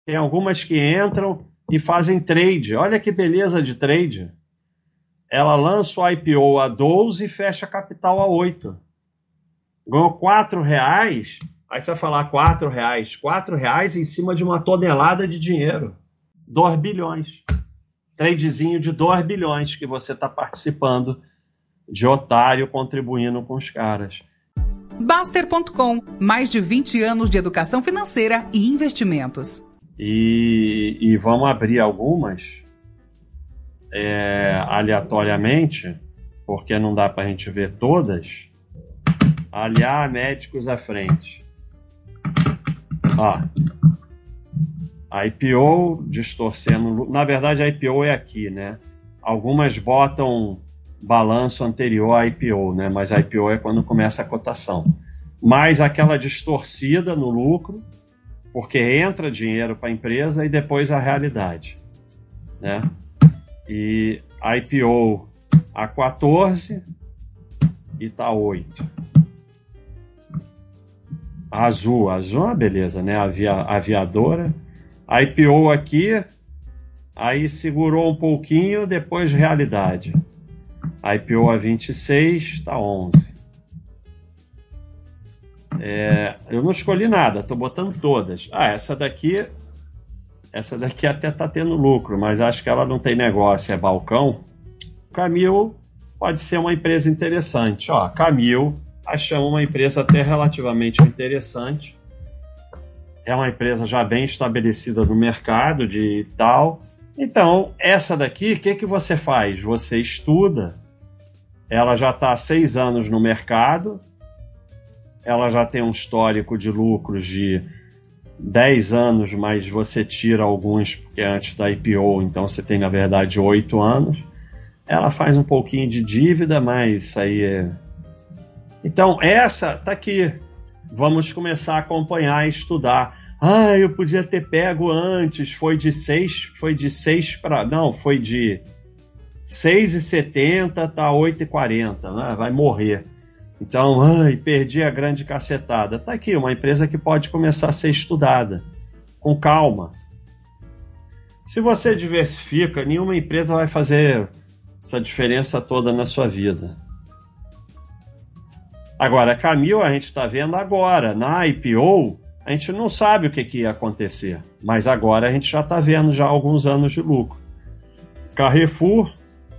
Tem algumas que entram e fazem trade. Olha que beleza de trade. Ela lança o IPO a 12 e fecha a capital a 8. Ganhou R$4. Aí você vai falar R$4. R$4 em cima de uma tonelada de dinheiro. 2 bilhões. Tradezinho de 2 bilhões que você está participando de otário, contribuindo com os caras. Baster.com. Mais de 20 anos de educação financeira e investimentos. E vamos abrir algumas aleatoriamente, porque não dá para a gente ver todas. Aliar médicos à frente. Ó. IPO distorcendo. Na verdade, a IPO é aqui, né? Algumas botam balanço anterior à IPO, né? Mas a IPO é quando começa a cotação. Mais aquela distorcida no lucro, porque entra dinheiro para a empresa e depois a realidade, né? E a IPO a 14 e tá 8. Azul é uma beleza, né? Aviadora. A IPO aqui, aí segurou um pouquinho, depois realidade. A IPO a 26, tá 11. Eu não escolhi nada, tô botando todas. Essa daqui até tá tendo lucro, mas acho que ela não tem negócio, é balcão. Camil pode ser uma empresa interessante. Ó, Camil, achamos uma empresa até relativamente interessante. É uma empresa já bem estabelecida no mercado de tal. Então, essa daqui, o que você faz? Você estuda. Ela já está há 6 anos no mercado. Ela já tem um histórico de lucros de 10 anos, mas você tira alguns porque é antes da IPO, então você tem, na verdade, 8 anos. Ela faz um pouquinho de dívida, mas isso aí é... Então, essa tá aqui. Vamos começar a acompanhar e estudar. Eu podia ter pego antes. Foi de 6 para... Não, foi de 6,70, tá 8,40, né? Vai morrer. Então, perdi a grande cacetada. Tá aqui, uma empresa que pode começar a ser estudada. Com calma. Se você diversifica, nenhuma empresa vai fazer essa diferença toda na sua vida. Agora, Camil, a gente está vendo agora. Na IPO, a gente não sabe o que ia acontecer. Mas agora a gente já está vendo já alguns anos de lucro. Carrefour,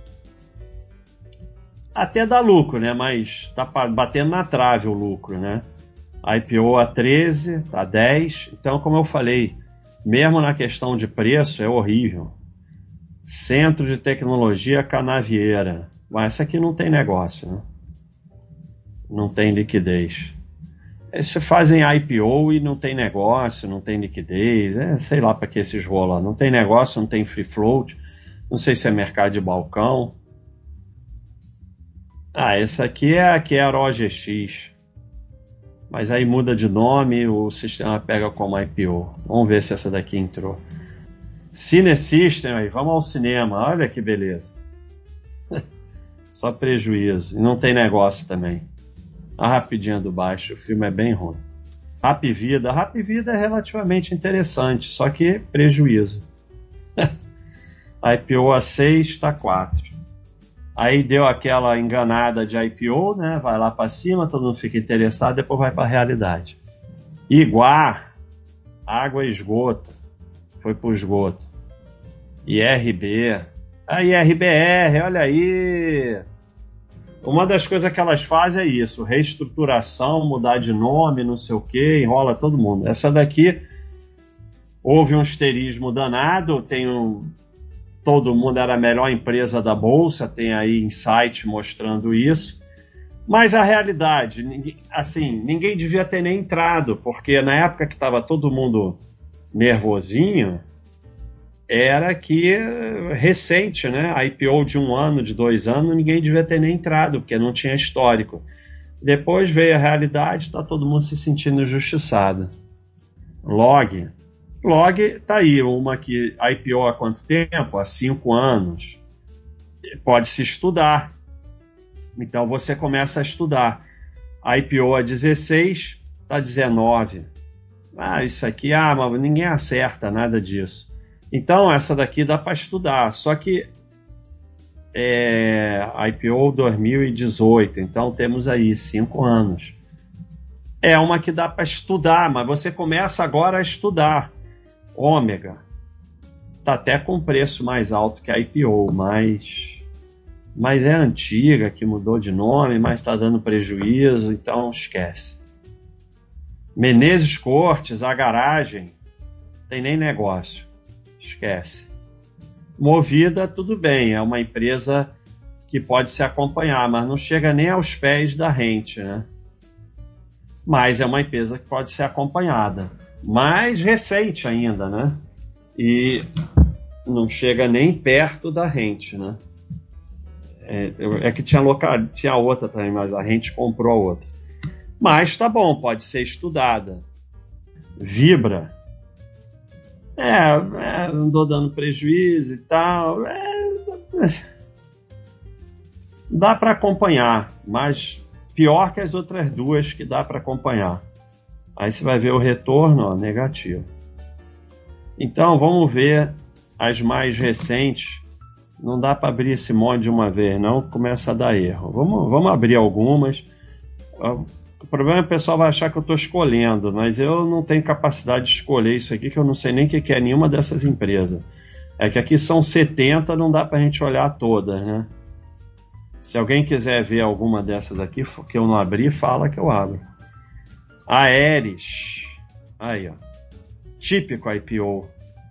até dá lucro, né? Mas está batendo na trave o lucro, né? IPO a 13, a 10. Então, como eu falei, mesmo na questão de preço, é horrível. Centro de Tecnologia Canavieira. Mas essa aqui não tem negócio, né? Não tem liquidez. Eles fazem IPO e não tem negócio, não tem liquidez, sei lá para que esses rolam. Não tem negócio, não tem free float, não sei se é mercado de balcão. Essa aqui é a OGX. Mas aí muda de nome, o sistema pega como IPO. Vamos ver se essa daqui entrou. Cine System, aí, vamos ao cinema, olha que beleza. Só prejuízo, e não tem negócio também. A rapidinha do baixo, o filme é bem ruim. Rap Vida é relativamente interessante, só que prejuízo. IPO a 6, está 4. Aí deu aquela enganada de IPO, né? Vai lá para cima, todo mundo fica interessado, depois vai para a realidade. Iguar, água e esgoto, foi para o esgoto. IRB, a IRBR, olha aí. Uma das coisas que elas fazem é isso, reestruturação, mudar de nome, não sei o que, enrola todo mundo. Essa daqui, houve um histerismo danado, todo mundo era a melhor empresa da Bolsa, tem aí insight mostrando isso, mas a realidade, ninguém devia ter nem entrado, porque na época que estava todo mundo nervosinho, era que recente, né? A IPO de 1 ano, de 2 anos, ninguém devia ter nem entrado, porque não tinha histórico. Depois veio a realidade, está todo mundo se sentindo injustiçado. Log tá aí, uma que IPO há quanto tempo? Há 5 anos. Pode se estudar. Então você começa a estudar. IPO a 16, está 19. Isso aqui, mas ninguém acerta nada disso. Então, essa daqui dá para estudar. Só que IPO 2018, então temos aí 5 anos. É uma que dá para estudar, mas você começa agora a estudar. Ômega está até com preço mais alto que a IPO, mas é antiga, que mudou de nome, mas está dando prejuízo, então esquece. Menezes Cortes, a garagem, tem nem negócio, esquece. Movida, tudo bem, é uma empresa que pode se acompanhar, mas não chega nem aos pés da Rente, né? Mas é uma empresa que pode ser acompanhada. Mais recente ainda, né? E não chega nem perto da Rente, né? Que tinha outra também, mas a Rente comprou a outra. Mas tá bom, pode ser estudada. Vibra. Andou dando prejuízo e tal. Dá para acompanhar, mas pior que as outras duas que dá para acompanhar. Aí você vai ver o retorno, negativo. Então vamos ver as mais recentes. Não dá para abrir esse monte de uma vez, não, começa a dar erro. Vamos abrir algumas. O problema é que o pessoal vai achar que eu estou escolhendo, mas eu não tenho capacidade de escolher isso aqui, que eu não sei nem o que é nenhuma dessas empresas. É que aqui são 70, não dá para a gente olhar todas, né? Se alguém quiser ver alguma dessas aqui, que eu não abri, fala que eu abro. Aeres. Aí, ó. Típico IPO.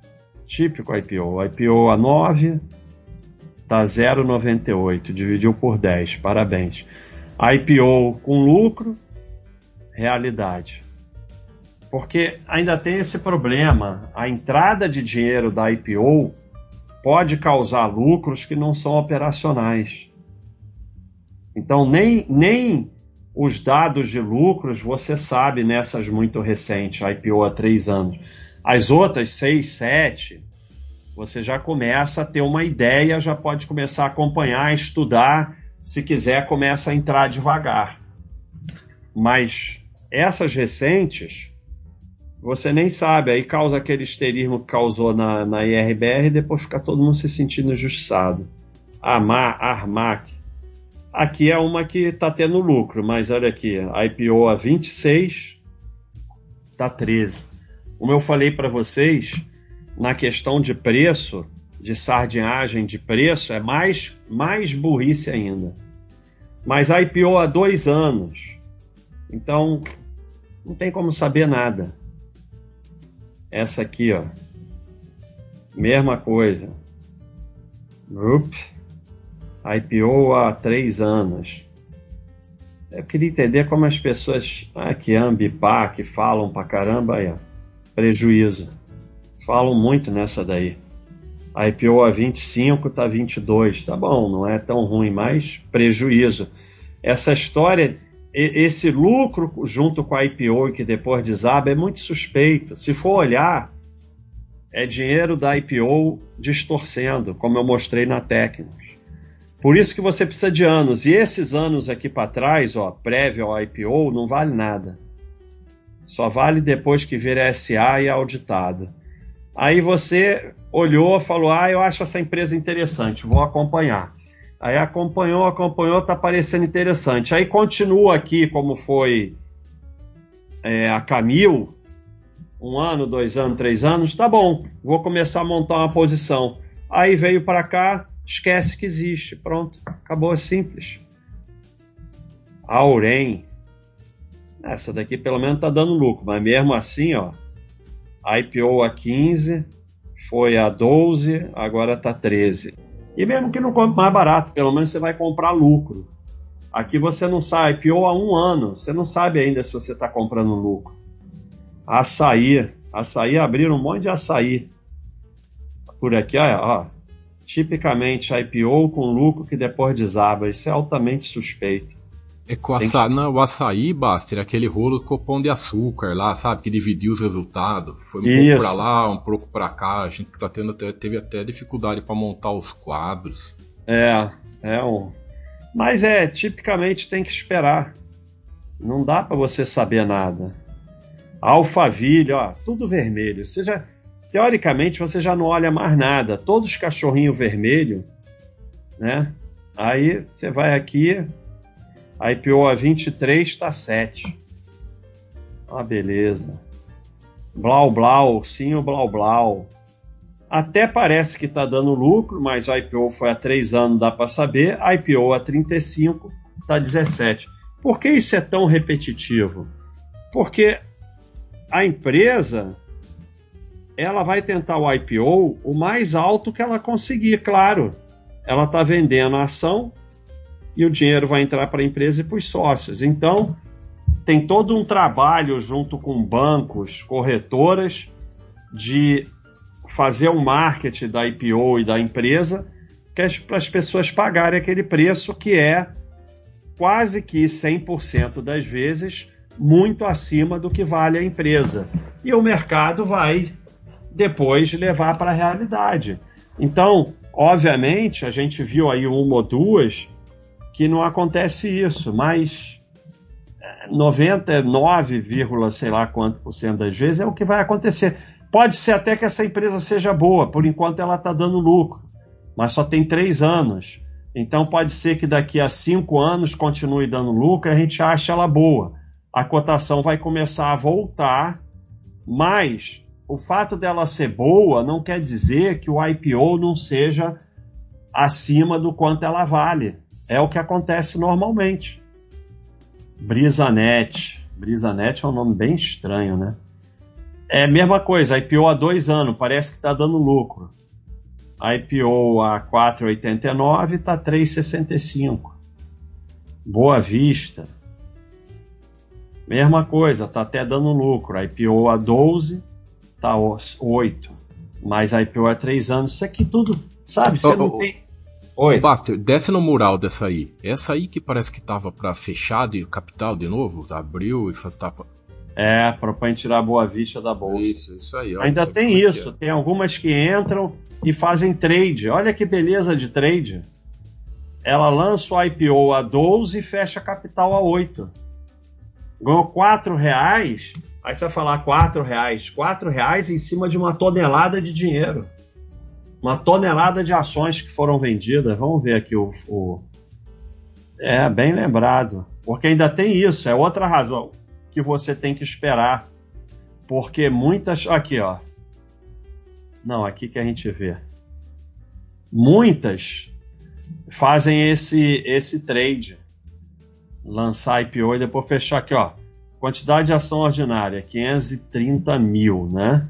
IPO a 9, tá 0,98. Dividiu por 10. Parabéns. IPO com lucro, realidade. Porque ainda tem esse problema. A entrada de dinheiro da IPO pode causar lucros que não são operacionais. Então, nem os dados de lucros você sabe nessas muito recentes, IPO há 3 anos. As outras 6, 7, você já começa a ter uma ideia, já pode começar a acompanhar, estudar. Se quiser, começa a entrar devagar. Mas essas recentes, você nem sabe. Aí causa aquele histerismo que causou na IRBR e depois fica todo mundo se sentindo injustiçado. Armac. Aqui é uma que está tendo lucro, mas olha aqui, a IPO a 26, está 13. Como eu falei para vocês, na questão de preço, de sardinhagem de preço, é mais burrice ainda. Mas a IPO há 2 anos, então não tem como saber nada. Essa aqui, ó, mesma coisa. IPO há 3 anos. Eu queria entender como as pessoas que Ambipar, que falam pra caramba, aí, ó, prejuízo. Falam muito nessa daí. A IPO a 25 tá 22. Tá bom, não é tão ruim, mas prejuízo. Essa história, esse lucro junto com a IPO e que depois desaba é muito suspeito. Se for olhar, é dinheiro da IPO distorcendo, como eu mostrei na técnica. Por isso que você precisa de anos. E esses anos aqui para trás, ó, prévio ao IPO, não vale nada. Só vale depois que vira SA e é auditado. Aí você olhou, falou, eu acho essa empresa interessante, vou acompanhar. Aí acompanhou, tá parecendo interessante. Aí continua aqui, como foi a Camil, 1 ano, 2 anos, 3 anos, tá bom, vou começar a montar uma posição. Aí veio para cá, esquece que existe, pronto, acabou, é simples. A Aurem, essa daqui pelo menos tá dando lucro, mas mesmo assim, ó, IPO a 15, foi a 12, agora tá 13. E mesmo que não compre mais barato, pelo menos você vai comprar lucro. Aqui você não sabe, IPO há 1 ano, você não sabe ainda se você está comprando lucro. Açaí abriram um monte de açaí. Por aqui, ó, tipicamente IPO com lucro que depois desaba, isso é altamente suspeito. É que o açaí, Baster, aquele rolo com o pão de açúcar lá, sabe? Que dividiu os resultados. Foi um pouco pra lá, um pouco pra cá. A gente teve até dificuldade para montar os quadros. Mas tipicamente tem que esperar. Não dá para você saber nada. Alphaville, ó, tudo vermelho. Teoricamente, você já não olha mais nada. Todos os cachorrinhos vermelhos, né? Aí você vai aqui, a IPO a 23 está 7. Ah, beleza. Blau, blau, sim o blau, blau. Até parece que está dando lucro, mas a IPO foi há 3 anos, dá para saber. A IPO a 35 está 17. Por que isso é tão repetitivo? Porque a empresa, ela vai tentar o IPO o mais alto que ela conseguir, claro. Ela está vendendo a ação e o dinheiro vai entrar para a empresa e para os sócios. Então, tem todo um trabalho junto com bancos, corretoras, de fazer um marketing da IPO e da empresa para as pessoas pagarem aquele preço que é quase que 100% das vezes muito acima do que vale a empresa. E o mercado vai depois levar para a realidade. Então, obviamente, a gente viu aí uma ou duas que não acontece isso, mas 99, sei lá quanto por cento das vezes é o que vai acontecer. Pode ser até que essa empresa seja boa, por enquanto ela está dando lucro, mas só tem 3 anos. Então pode ser que daqui a 5 anos continue dando lucro e a gente ache ela boa. A cotação vai começar a voltar, mas o fato dela ser boa não quer dizer que o IPO não seja acima do quanto ela vale. É o que acontece normalmente. Brisanet. Brisanet é um nome bem estranho, né? É a mesma coisa, IPO há 2 anos, parece que está dando lucro. IPO a 4,89 está 3,65. Boa Vista. Mesma coisa, está até dando lucro. IPO a 12 está 8. Mas IPO há 3 anos. Isso aqui tudo, sabe? Você não tem... Oi. Buster, desce no mural dessa aí. Essa aí que parece que estava para fechar de capital de novo, abriu e faz tapa. Para tirar a Boa Vista da bolsa. Isso aí. Ainda tem isso. Tem algumas que entram e fazem trade. Olha que beleza de trade. Ela lança o IPO a 12 e fecha a capital a 8. Ganhou R$4. Aí você vai falar R$4. R$4 em cima de uma tonelada de dinheiro. Uma tonelada de ações que foram vendidas. Vamos ver aqui bem lembrado. Porque ainda tem isso. É outra razão que você tem que esperar, porque muitas... Aqui, ó. Não, aqui que a gente vê. Muitas fazem esse trade. Lançar IPO e depois fechar aqui, ó. Quantidade de ação ordinária, 530 mil, né?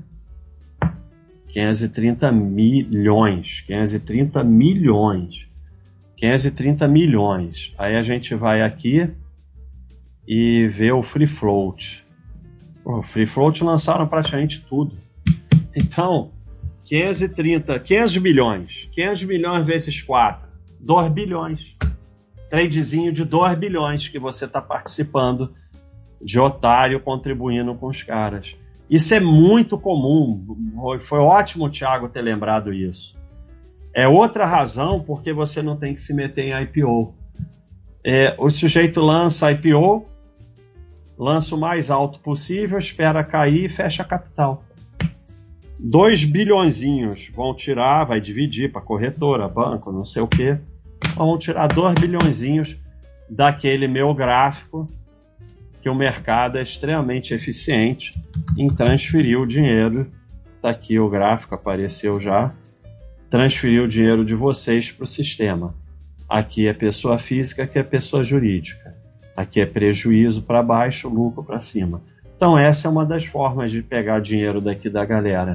530 milhões. 530 milhões. 530 milhões. Aí a gente vai aqui e ver o Free Float. O Free Float lançaram praticamente tudo. Então, 500 milhões. 500 milhões vezes 4. 2 bilhões. Tradezinho de 2 bilhões que você está participando de otário, contribuindo com os caras. Isso é muito comum. Foi ótimo o Thiago ter lembrado isso. É outra razão porque você não tem que se meter em IPO. O sujeito lança IPO, lança o mais alto possível, espera cair e fecha a capital. 2 bilhõezinhos vão tirar, vai dividir para corretora, banco, não sei o quê. Vão tirar 2 bilhõezinhos daquele meu gráfico, que o mercado é extremamente eficiente em transferir o dinheiro. Está aqui o gráfico, apareceu já. Transferir o dinheiro de vocês para o sistema. Aqui é pessoa física, aqui é pessoa jurídica. Aqui é prejuízo para baixo, lucro para cima. Então essa é uma das formas de pegar dinheiro daqui da galera.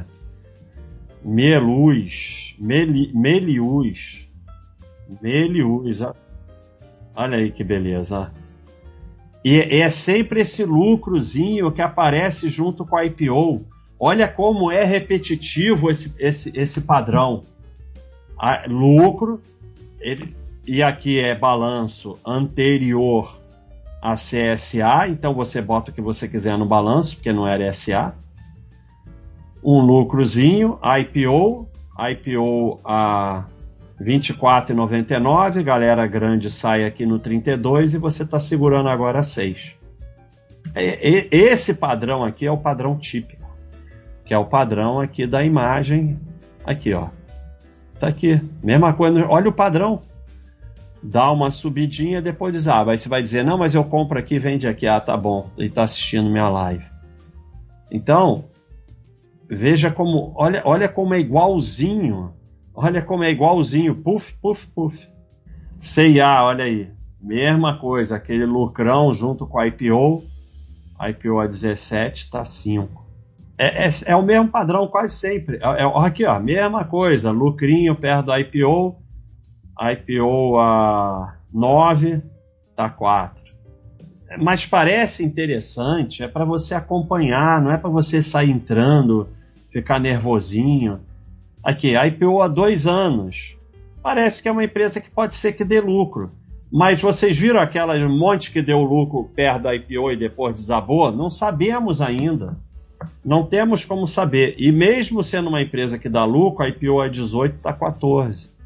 Melius. Olha aí que beleza. E é sempre esse lucrozinho que aparece junto com a IPO. Olha como é repetitivo esse padrão. Lucro, e aqui é balanço anterior a CSA, então você bota o que você quiser no balanço, porque não era SA. Um lucrozinho, IPO a 24,99, galera grande sai aqui no 32 e você está segurando agora 6. Esse padrão aqui é o padrão típico, que é o padrão aqui da imagem. Aqui, ó. Tá aqui. Mesma coisa. Olha o padrão. Dá uma subidinha, depois desaba. Aí você vai dizer, não, mas eu compro aqui, vende aqui. Ah, tá bom. Ele tá assistindo minha live. Então, veja como... Olha como é igualzinho. Olha como é igualzinho. Puf, puf, puf. CIA, olha aí. Mesma coisa. Aquele lucrão junto com a IPO. A IPO a 17 tá 5. É o mesmo padrão quase sempre. Aqui, ó. Mesma coisa. Lucrinho perto da IPO. IPO a 9, tá 4. Mas parece interessante, é para você acompanhar, não é para você sair entrando, ficar nervosinho. Aqui, IPO há 2 anos. Parece que é uma empresa que pode ser que dê lucro. Mas vocês viram aquela monte que deu lucro perto da IPO e depois desabou? Não sabemos ainda. Não temos como saber. E mesmo sendo uma empresa que dá lucro, a IPO a 18 está 14.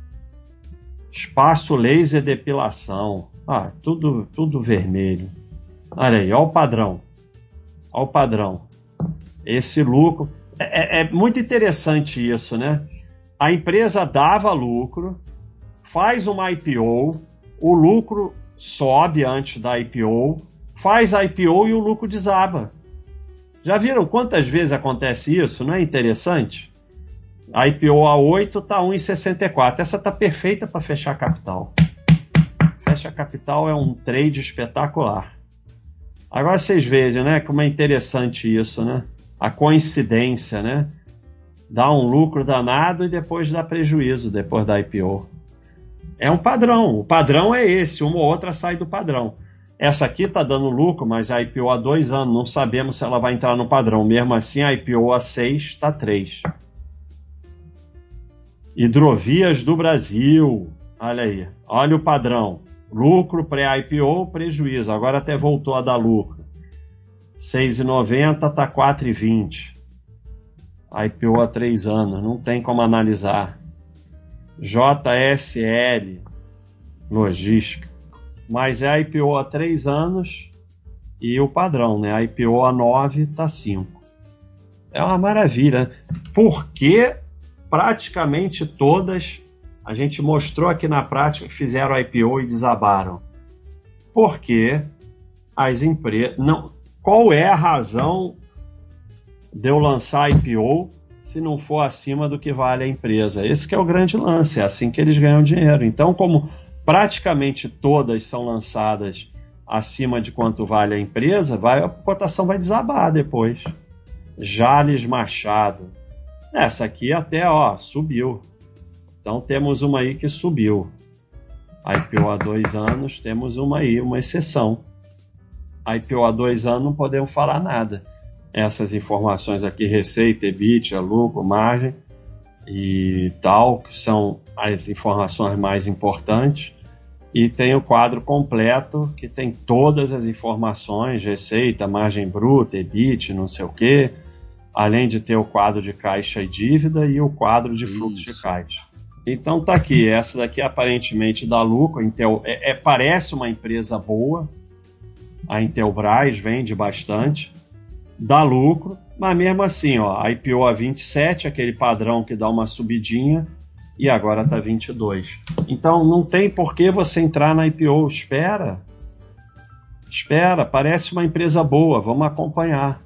Espaço laser depilação. Ah, tudo vermelho. Olha aí, olha o padrão. Olha o padrão. Esse lucro. É muito interessante isso, né? A empresa dava lucro, faz uma IPO, o lucro sobe antes da IPO, faz a IPO e o lucro desaba. Já viram quantas vezes acontece isso? Não é interessante? A IPO a 8 está 1,64. Essa está perfeita para fechar capital. Fecha capital é um trade espetacular. Agora vocês vejam, né, como é interessante isso, né? A coincidência, né? Dá um lucro danado e depois dá prejuízo depois da IPO. É um padrão. O padrão é esse. Uma ou outra sai do padrão. Essa aqui está dando lucro, mas a IPO há 2 anos. Não sabemos se ela vai entrar no padrão. Mesmo assim, a IPO a 6 está 3. Hidrovias do Brasil. Olha aí. Olha o padrão. Lucro pré-IPO, prejuízo. Agora até voltou a dar lucro. 6,90 está 4,20. IPO há 3 anos. Não tem como analisar. JSL. Logística. Mas é IPO há 3 anos e o padrão, né? IPO a 9 está 5. É uma maravilha. Porque praticamente todas, a gente mostrou aqui na prática que fizeram IPO e desabaram. Porque as empresas... Qual é a razão de eu lançar IPO se não for acima do que vale a empresa? Esse que é o grande lance, é assim que eles ganham dinheiro. Então, como praticamente todas são lançadas acima de quanto vale a empresa, a cotação vai desabar depois. Jales Machado. Essa aqui até, ó, subiu. Então temos uma aí que subiu. IPO há 2 anos, temos uma aí, uma exceção. IPO há 2 anos não podemos falar nada. Essas informações aqui, receita, EBITDA, lucro, margem e tal, que são as informações mais importantes. E tem o quadro completo, que tem todas as informações, receita, margem bruta, EBITDA, não sei o quê, além de ter o quadro de caixa e dívida e o quadro de fluxo de caixa. Então tá aqui, essa daqui aparentemente dá lucro. Parece uma empresa boa, a Intelbras vende bastante, dá lucro, mas mesmo assim, ó, a IPO a 27, aquele padrão que dá uma subidinha, e agora está 22. Então não tem por que você entrar na IPO. Espera, parece uma empresa boa, vamos acompanhar.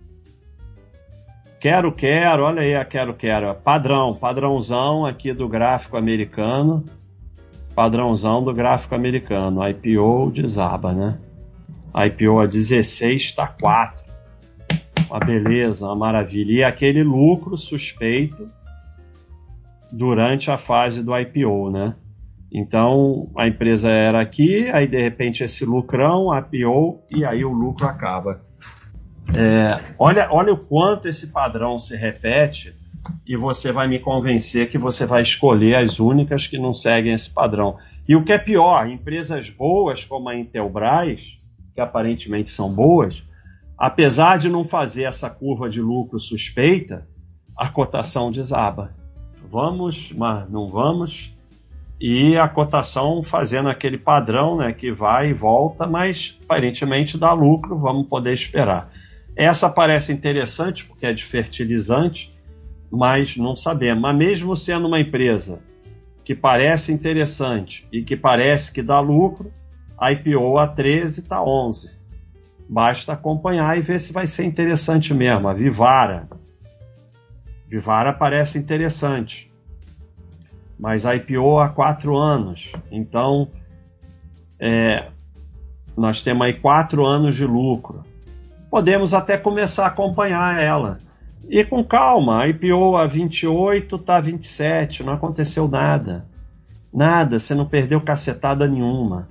Quero, olha aí a quero. Padrãozão aqui do gráfico americano. Padrãozão do gráfico americano. IPO desaba, né? IPO a 16 está 4. Uma beleza, uma maravilha. E aquele lucro suspeito durante a fase do IPO, né? Então a empresa era aqui, aí de repente esse lucrão, IPO, e aí o lucro acaba. Olha o quanto esse padrão se repete, e você vai me convencer que você vai escolher as únicas que não seguem esse padrão. E o que é pior, empresas boas como a Intelbras, que aparentemente são boas, apesar de não fazer essa curva de lucro suspeita, a cotação desaba. Vamos, mas não vamos. e a cotação fazendo aquele padrão, né, que vai e volta, mas aparentemente dá lucro, vamos poder esperar. Essa parece interessante porque é de fertilizante, mas não sabemos. Mas mesmo sendo uma empresa que parece interessante e que parece que dá lucro, a IPO a 13 está 11. Basta acompanhar e ver se vai ser interessante mesmo. A Vivara parece interessante, mas a IPO há 4 anos. Então, nós temos aí 4 anos de lucro. Podemos até começar a acompanhar ela. E com calma, a IPO a 28 está 27, não aconteceu nada. Nada, você não perdeu cacetada nenhuma.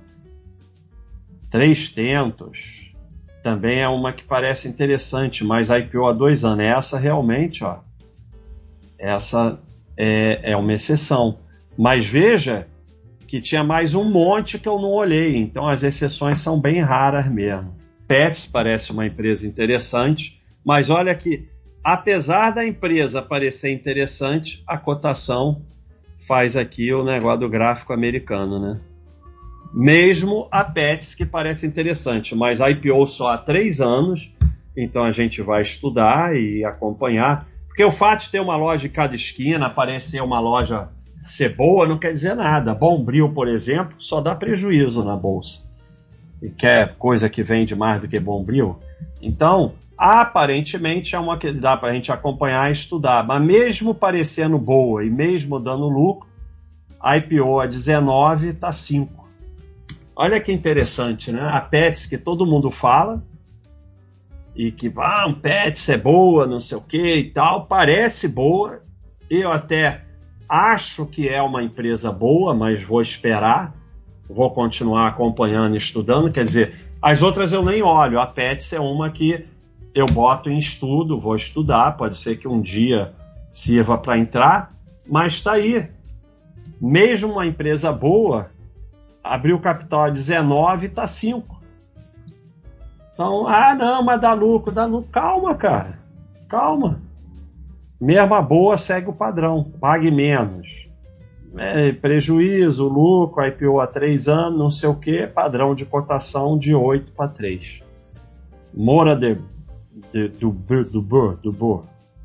3 tentos também é uma que parece interessante, mas a IPO há 2 anos. Essa realmente, ó, essa é uma exceção. Mas veja que tinha mais um monte que eu não olhei, então as exceções são bem raras mesmo. Pets parece uma empresa interessante, mas olha que, apesar da empresa parecer interessante, a cotação faz aqui o negócio do gráfico americano, né? Mesmo a Pets, que parece interessante, mas a IPO só há 3 anos, então a gente vai estudar e acompanhar, porque o fato de ter uma loja em cada esquina, parecer uma loja ser boa, não quer dizer nada. Bombril, por exemplo, só dá prejuízo na bolsa. E quer coisa que vende mais do que Bombril? Então, aparentemente é uma que dá para a gente acompanhar e estudar, mas mesmo parecendo boa e mesmo dando lucro, a IPO a 19 está 5. Olha que interessante, né? A Pets, que todo mundo fala, e que um Pets é boa, não sei o que e tal, parece boa. Eu até acho que é uma empresa boa, mas vou esperar, vou continuar acompanhando e estudando. Quer dizer, as outras eu nem olho. A Pets é uma que eu boto em estudo, vou estudar, pode ser que um dia sirva para entrar, mas está aí. Mesmo uma empresa boa, abriu capital a 19 e está 5. Então, não, mas dá lucro. Calma, cara, calma. Mesmo a boa segue o padrão, pague menos. Prejuízo, lucro, IPO há 3 anos, não sei o que, padrão de cotação de 8 para 3. Moura do Bor.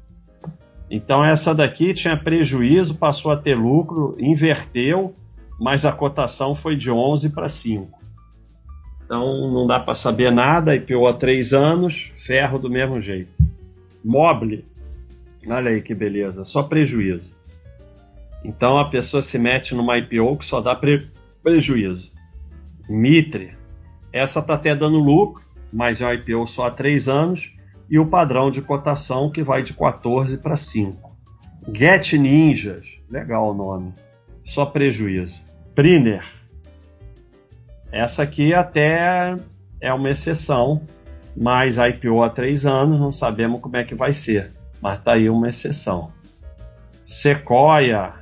Então essa daqui tinha prejuízo, passou a ter lucro, inverteu, mas a cotação foi de 11 para 5. Então não dá para saber nada, IPO há 3 anos, ferro do mesmo jeito. Mobile, olha aí que beleza, só prejuízo. Então a pessoa se mete numa IPO que só dá prejuízo. Mitre, essa está até dando lucro, mas é uma IPO só há 3 anos, e o padrão de cotação que vai de 14 para 5. Get Ninjas, legal o nome, só prejuízo. Priner, essa aqui até é uma exceção, mas a IPO há 3 anos, não sabemos como é que vai ser, mas está aí uma exceção. Sequoia,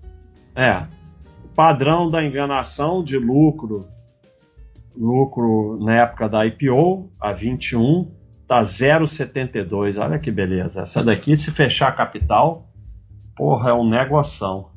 padrão da enganação de lucro na época da IPO, a 21, está 0,72, olha que beleza. Essa daqui, se fechar a capital, porra, é um negoção.